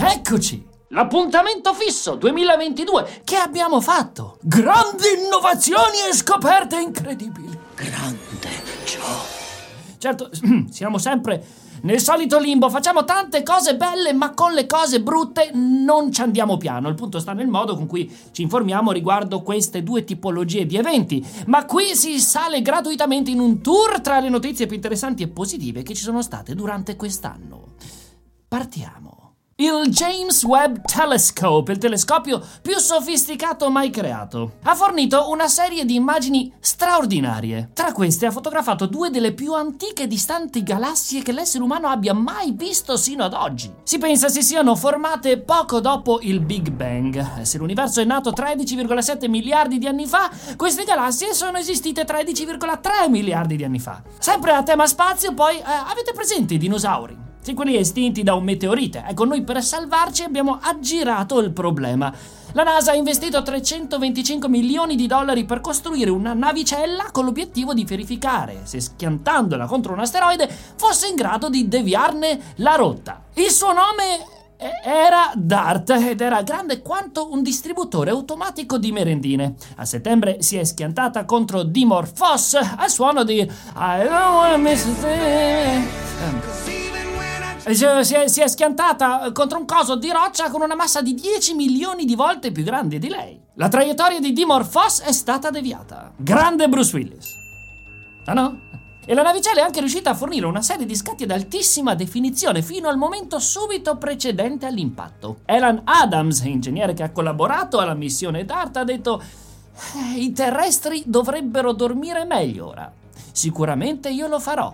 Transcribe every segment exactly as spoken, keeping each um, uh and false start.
Eccoci! L'appuntamento fisso duemilaventidue. Che abbiamo fatto? Grandi innovazioni e scoperte incredibili. Grande ciò. Certo, siamo sempre nel solito limbo. Facciamo tante cose belle, ma con le cose brutte non ci andiamo piano. Il punto sta nel modo con cui ci informiamo riguardo queste due tipologie di eventi. Ma qui si sale gratuitamente in un tour tra le notizie più interessanti e positive che ci sono state durante quest'anno. Partiamo. Il James Webb Telescope, il telescopio più sofisticato mai creato, ha fornito una serie di immagini straordinarie. Tra queste ha fotografato due delle più antiche e distanti galassie che l'essere umano abbia mai visto sino ad oggi. Si pensa si siano formate poco dopo il Big Bang. Se l'universo è nato tredici virgola sette miliardi di anni fa, queste galassie sono esistite tredici virgola tre miliardi di anni fa. Sempre a tema spazio, poi, eh, avete presente i dinosauri? Sì, quelli estinti da un meteorite. Ecco, noi per salvarci abbiamo aggirato il problema. La NASA ha investito trecentoventicinque milioni di dollari per costruire una navicella con l'obiettivo di verificare se schiantandola contro un asteroide fosse in grado di deviarne la rotta. Il suo nome era DART ed era grande quanto un distributore automatico di merendine. A settembre si è schiantata contro Dimorphos al suono di I don't wanna miss a thing. Si è, si è schiantata contro un coso di roccia con una massa di dieci milioni di volte più grande di lei. La traiettoria di Dimorphos è stata deviata. Grande Bruce Willis. Ah no? E la navicella è anche riuscita a fornire una serie di scatti ad altissima definizione fino al momento subito precedente all'impatto. Alan Adams, ingegnere che ha collaborato alla missione DART, ha detto: eh, i terrestri dovrebbero dormire meglio ora. Sicuramente io lo farò.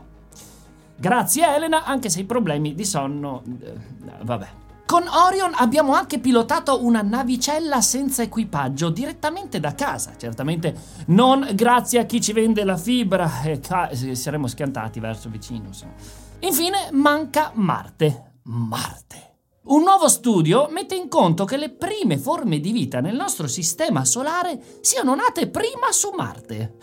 Grazie Elena, anche se i problemi di sonno... Eh, vabbè. Con Orion abbiamo anche pilotato una navicella senza equipaggio direttamente da casa. Certamente non grazie a chi ci vende la fibra e ca- saremmo schiantati verso vicino. Sì. Infine manca Marte. Marte. Un nuovo studio mette in conto che le prime forme di vita nel nostro sistema solare siano nate prima su Marte.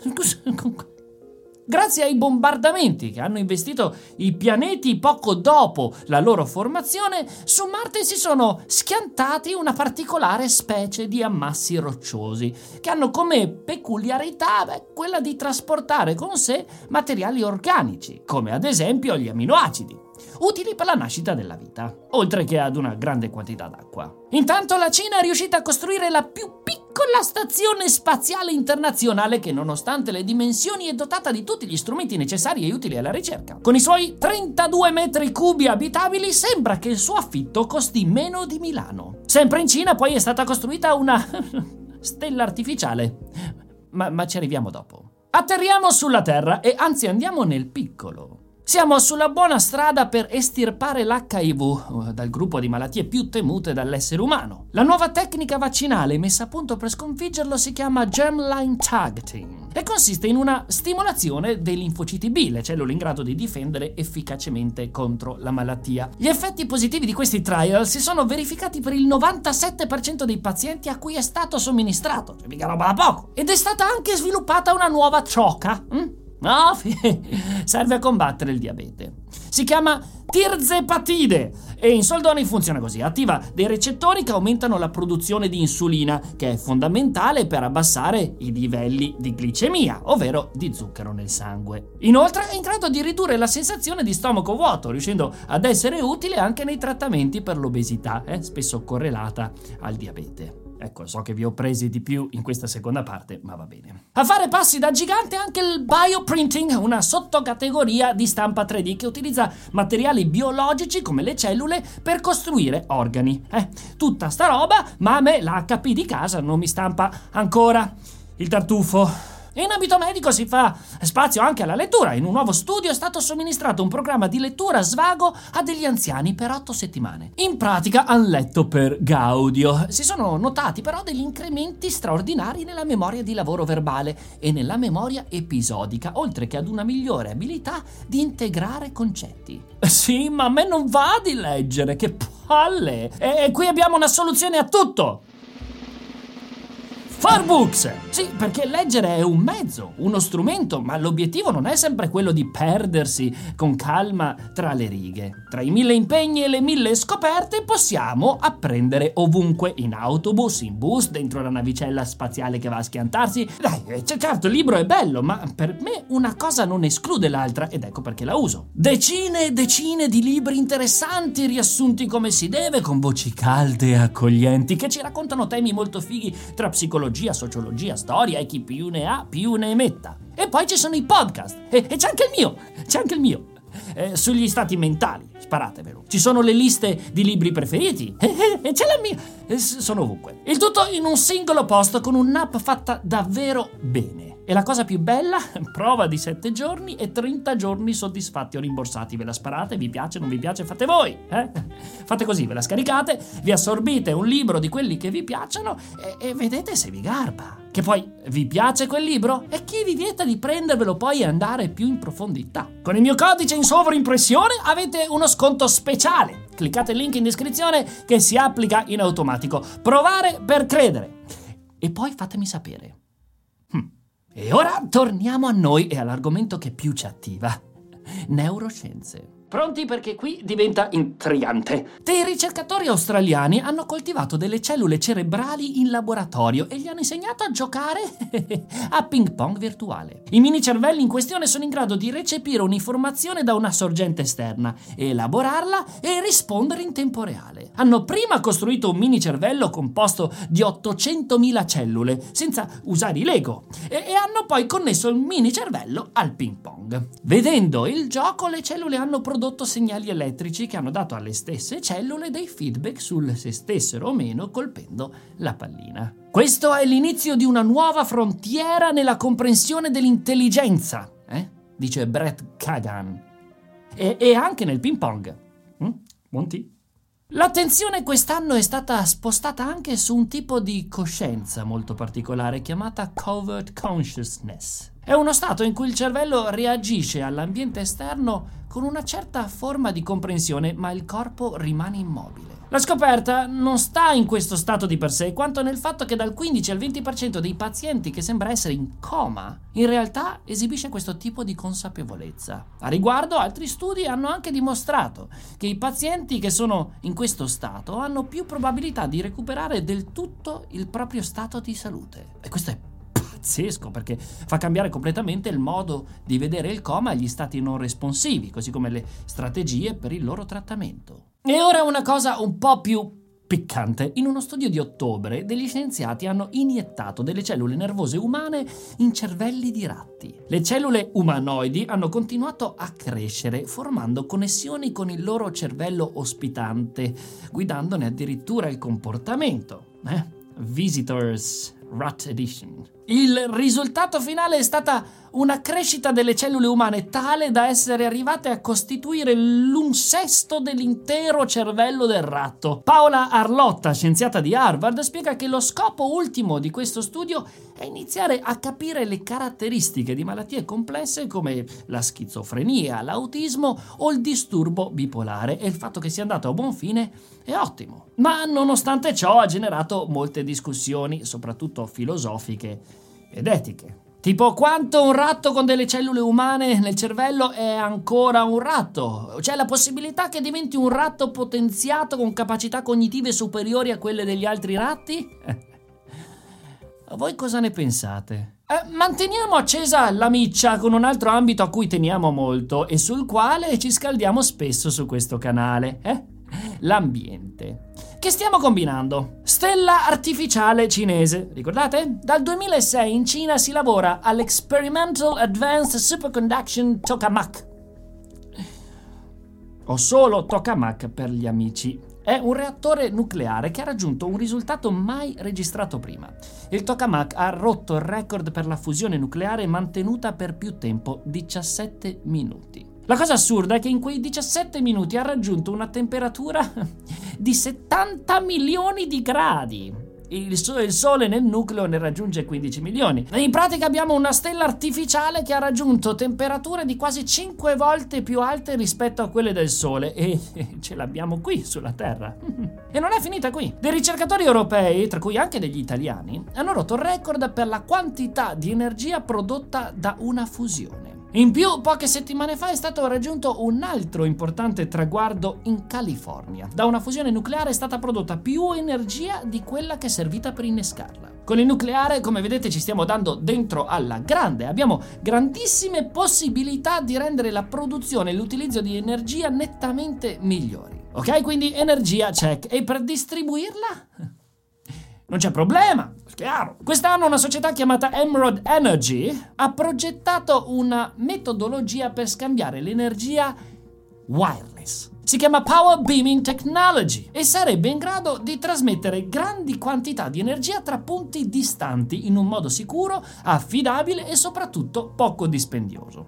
Grazie ai bombardamenti che hanno investito i pianeti poco dopo la loro formazione, su Marte si sono schiantati una particolare specie di ammassi rocciosi che hanno come peculiarità beh, quella di trasportare con sé materiali organici, come ad esempio gli aminoacidi, utili per la nascita della vita, oltre che ad una grande quantità d'acqua. Intanto la Cina è riuscita a costruire la più piccola stazione spaziale internazionale che, nonostante le dimensioni, è dotata di tutti gli strumenti necessari e utili alla ricerca. Con i suoi trentadue metri cubi abitabili sembra che il suo affitto costi meno di Milano. Sempre in Cina poi è stata costruita una stella artificiale, ma, ma ci arriviamo dopo. Atterriamo sulla Terra e anzi andiamo nel piccolo. Siamo sulla buona strada per estirpare l'H I V, dal gruppo di malattie più temute dall'essere umano. La nuova tecnica vaccinale messa a punto per sconfiggerlo si chiama germline targeting e consiste in una stimolazione dei linfociti B, le cellule in grado di difendere efficacemente contro la malattia. Gli effetti positivi di questi trial si sono verificati per il novantasette per cento dei pazienti a cui è stato somministrato, cioè mica roba da poco. Ed è stata anche sviluppata una nuova cioca, hm? No, serve a combattere il diabete. Si chiama tirzepatide e in soldoni funziona così: attiva dei recettori che aumentano la produzione di insulina, che è fondamentale per abbassare i livelli di glicemia, ovvero di zucchero nel sangue. Inoltre è in grado di ridurre la sensazione di stomaco vuoto, riuscendo ad essere utile anche nei trattamenti per l'obesità, eh, spesso correlata al diabete. Ecco, so che vi ho presi di più in questa seconda parte, ma va bene. A fare passi da gigante anche il bioprinting, una sottocategoria di stampa tre D che utilizza materiali biologici come le cellule per costruire organi. Eh, tutta sta roba, ma a me l'H P di casa non mi stampa ancora il tartufo. In ambito medico si fa spazio anche alla lettura. In un nuovo studio è stato somministrato un programma di lettura svago a degli anziani per otto settimane. In pratica hanno letto per gaudio. Si sono notati però degli incrementi straordinari nella memoria di lavoro verbale e nella memoria episodica, oltre che ad una migliore abilità di integrare concetti. Sì, ma a me non va di leggere, che palle! E qui abbiamo una soluzione a tutto! For Books! Sì, perché leggere è un mezzo, uno strumento, ma l'obiettivo non è sempre quello di perdersi con calma tra le righe. Tra i mille impegni e le mille scoperte possiamo apprendere ovunque, in autobus, in bus, dentro la navicella spaziale che va a schiantarsi. Dai, certo, il libro è bello, ma per me una cosa non esclude l'altra ed ecco perché la uso. Decine e decine di libri interessanti, riassunti come si deve, con voci calde e accoglienti, che ci raccontano temi molto fighi tra psicologia, sociologia, storia e chi più ne ha più ne metta. E poi ci sono i podcast e, e c'è anche il mio, c'è anche il mio eh, sugli stati mentali, sparatevelo. Ci sono le liste di libri preferiti e, e, e c'è la mia, e sono ovunque. Il tutto in un singolo post con un'app fatta davvero bene. E la cosa più bella, prova di sette giorni e trenta giorni soddisfatti o rimborsati. Ve la sparate, vi piace, non vi piace, fate voi, eh? Fate così, ve la scaricate, vi assorbite un libro di quelli che vi piacciono e, e vedete se vi garba. Che poi vi piace quel libro? E chi vi vieta di prendervelo poi e andare più in profondità? Con il mio codice in sovraimpressione avete uno sconto speciale. Cliccate il link in descrizione che si applica in automatico. Provare per credere. E poi fatemi sapere. Hm. E ora torniamo a noi e all'argomento che più ci attiva. Neuroscienze. Pronti perché qui diventa intrigante. Dei ricercatori australiani hanno coltivato delle cellule cerebrali in laboratorio e gli hanno insegnato a giocare a ping pong virtuale. I mini cervelli in questione sono in grado di recepire un'informazione da una sorgente esterna, elaborarla e rispondere in tempo reale. Hanno prima costruito un mini cervello composto di ottocentomila cellule, senza usare i Lego, e, e hanno poi connesso il mini cervello al ping pong. Vedendo il gioco, le cellule hanno prodotto segnali elettrici che hanno dato alle stesse cellule dei feedback sul se stessero o meno colpendo la pallina. Questo è l'inizio di una nuova frontiera nella comprensione dell'intelligenza, eh? Dice Brett Kagan. E, e anche nel ping pong. Mm? Monty? L'attenzione quest'anno è stata spostata anche su un tipo di coscienza molto particolare chiamata covert consciousness. È uno stato in cui il cervello reagisce all'ambiente esterno con una certa forma di comprensione, ma il corpo rimane immobile. La scoperta non sta in questo stato di per sé, quanto nel fatto che dal quindici al venti per cento dei pazienti che sembra essere in coma, in realtà esibisce questo tipo di consapevolezza. A riguardo, altri studi hanno anche dimostrato che i pazienti che sono in questo stato hanno più probabilità di recuperare del tutto il proprio stato di salute. E questo è pazzesco, perché fa cambiare completamente il modo di vedere il coma e gli stati non responsivi, così come le strategie per il loro trattamento. E ora una cosa un po' più piccante. In uno studio di ottobre, degli scienziati hanno iniettato delle cellule nervose umane in cervelli di ratti. Le cellule umanoidi hanno continuato a crescere, formando connessioni con il loro cervello ospitante, guidandone addirittura il comportamento. Eh? Visitors Rat Edition. Il risultato finale è stata una crescita delle cellule umane tale da essere arrivate a costituire l'un sesto dell'intero cervello del ratto. Paola Arlotta, scienziata di Harvard, spiega che lo scopo ultimo di questo studio è iniziare a capire le caratteristiche di malattie complesse come la schizofrenia, l'autismo o il disturbo bipolare, e il fatto che sia andato a buon fine è ottimo. Ma nonostante ciò ha generato molte discussioni, soprattutto filosofiche ed etiche. Tipo, quanto un ratto con delle cellule umane nel cervello è ancora un ratto? C'è la possibilità che diventi un ratto potenziato con capacità cognitive superiori a quelle degli altri ratti? Voi cosa ne pensate? Eh, manteniamo accesa la miccia con un altro ambito a cui teniamo molto e sul quale ci scaldiamo spesso su questo canale, eh? L'ambiente. Che stiamo combinando? Stella artificiale cinese, ricordate? Dal duemilasei in Cina si lavora all'Experimental Advanced Superconduction Tokamak. O solo Tokamak per gli amici. È un reattore nucleare che ha raggiunto un risultato mai registrato prima. Il Tokamak ha rotto il record per la fusione nucleare mantenuta per più tempo, diciassette minuti. La cosa assurda è che in quei diciassette minuti ha raggiunto una temperatura di settanta milioni di gradi. il, so- il Sole nel nucleo ne raggiunge quindici milioni. In pratica abbiamo una stella artificiale che ha raggiunto temperature di quasi cinque volte più alte rispetto a quelle del Sole e ce l'abbiamo qui sulla Terra. E non è finita qui. Dei ricercatori europei, tra cui anche degli italiani, hanno rotto il record per la quantità di energia prodotta da una fusione. In più, poche settimane fa è stato raggiunto un altro importante traguardo in California. Da una fusione nucleare è stata prodotta più energia di quella che è servita per innescarla. Con il nucleare, come vedete, ci stiamo dando dentro alla grande. Abbiamo grandissime possibilità di rendere la produzione e l'utilizzo di energia nettamente migliori. Ok? Quindi energia check. E per distribuirla? Non c'è problema, chiaro. Quest'anno una società chiamata Emerald Energy ha progettato una metodologia per scambiare l'energia wireless. Si chiama Power Beaming Technology e sarebbe in grado di trasmettere grandi quantità di energia tra punti distanti in un modo sicuro, affidabile e soprattutto poco dispendioso.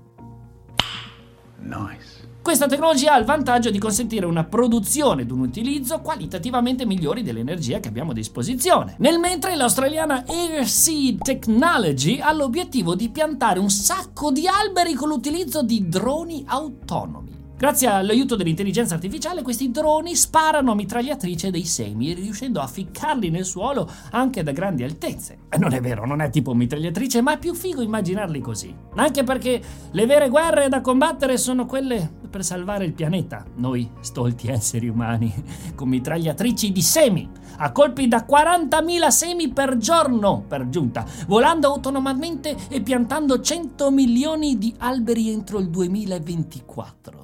Nice. Questa tecnologia ha il vantaggio di consentire una produzione ed un utilizzo qualitativamente migliori dell'energia che abbiamo a disposizione. Nel mentre l'australiana Airseed Technology ha l'obiettivo di piantare un sacco di alberi con l'utilizzo di droni autonomi. Grazie all'aiuto dell'intelligenza artificiale, questi droni sparano a mitragliatrice dei semi, riuscendo a ficcarli nel suolo anche da grandi altezze. E non è vero, non è tipo mitragliatrice, ma è più figo immaginarli così. Anche perché le vere guerre da combattere sono quelle per salvare il pianeta. Noi, stolti esseri umani, con mitragliatrici di semi, a colpi da quarantamila semi per giorno, per giunta, volando autonomamente e piantando cento milioni di alberi entro il duemilaventiquattro.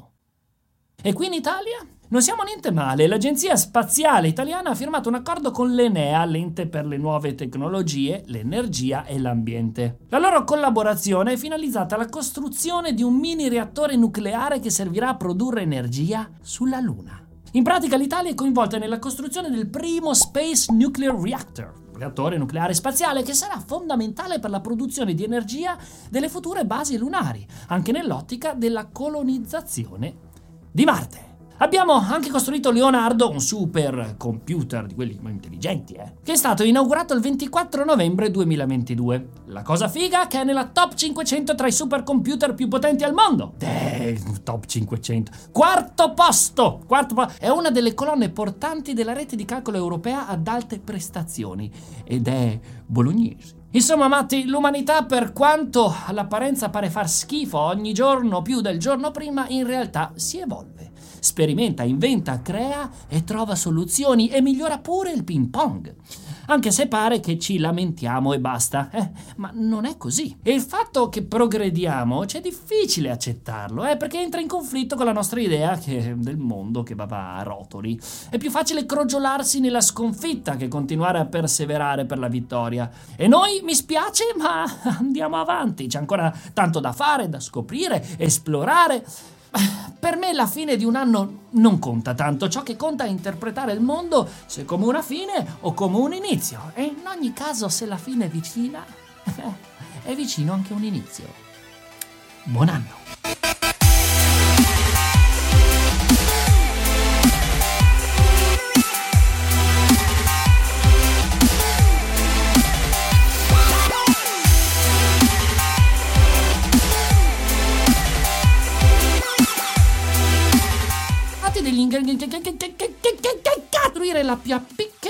E qui in Italia? Non siamo niente male. L'Agenzia Spaziale Italiana ha firmato un accordo con l'Enea, l'ente per le nuove tecnologie, l'energia e l'ambiente. La loro collaborazione è finalizzata alla costruzione di un mini reattore nucleare che servirà a produrre energia sulla Luna. In pratica l'Italia è coinvolta nella costruzione del primo Space Nuclear Reactor, reattore nucleare spaziale che sarà fondamentale per la produzione di energia delle future basi lunari, anche nell'ottica della colonizzazione di Marte. Abbiamo anche costruito Leonardo, un super computer di quelli intelligenti, eh, che è stato inaugurato il ventiquattro novembre duemilaventidue. La cosa figa è che è nella top cinquecento tra i supercomputer più potenti al mondo. Eh, top cinquecento. Quarto posto! Quarto po- è una delle colonne portanti della rete di calcolo europea ad alte prestazioni ed è bolognese. Insomma, Matti, l'umanità, per quanto all'apparenza pare far schifo ogni giorno più del giorno prima, in realtà si evolve. Sperimenta, inventa, crea e trova soluzioni e migliora pure il ping pong. Anche se pare che ci lamentiamo e basta, eh, ma non è così. E il fatto che progrediamo c'è difficile accettarlo, eh, perché entra in conflitto con la nostra idea che, del mondo che va a rotoli. È più facile crogiolarsi nella sconfitta che continuare a perseverare per la vittoria. E noi, mi spiace, ma andiamo avanti. C'è ancora tanto da fare, da scoprire, esplorare. Per me la fine di un anno non conta tanto, ciò che conta è interpretare il mondo se come una fine o come un inizio, e in ogni caso se la fine è vicina, è vicino anche un inizio. Buon anno! Costruire la pia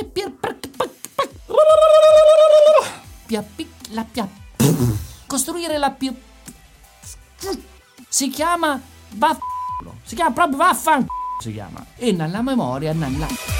pia la pia costruire la pia si chiama vaff si chiama proprio vaffan si chiama e nella memoria nella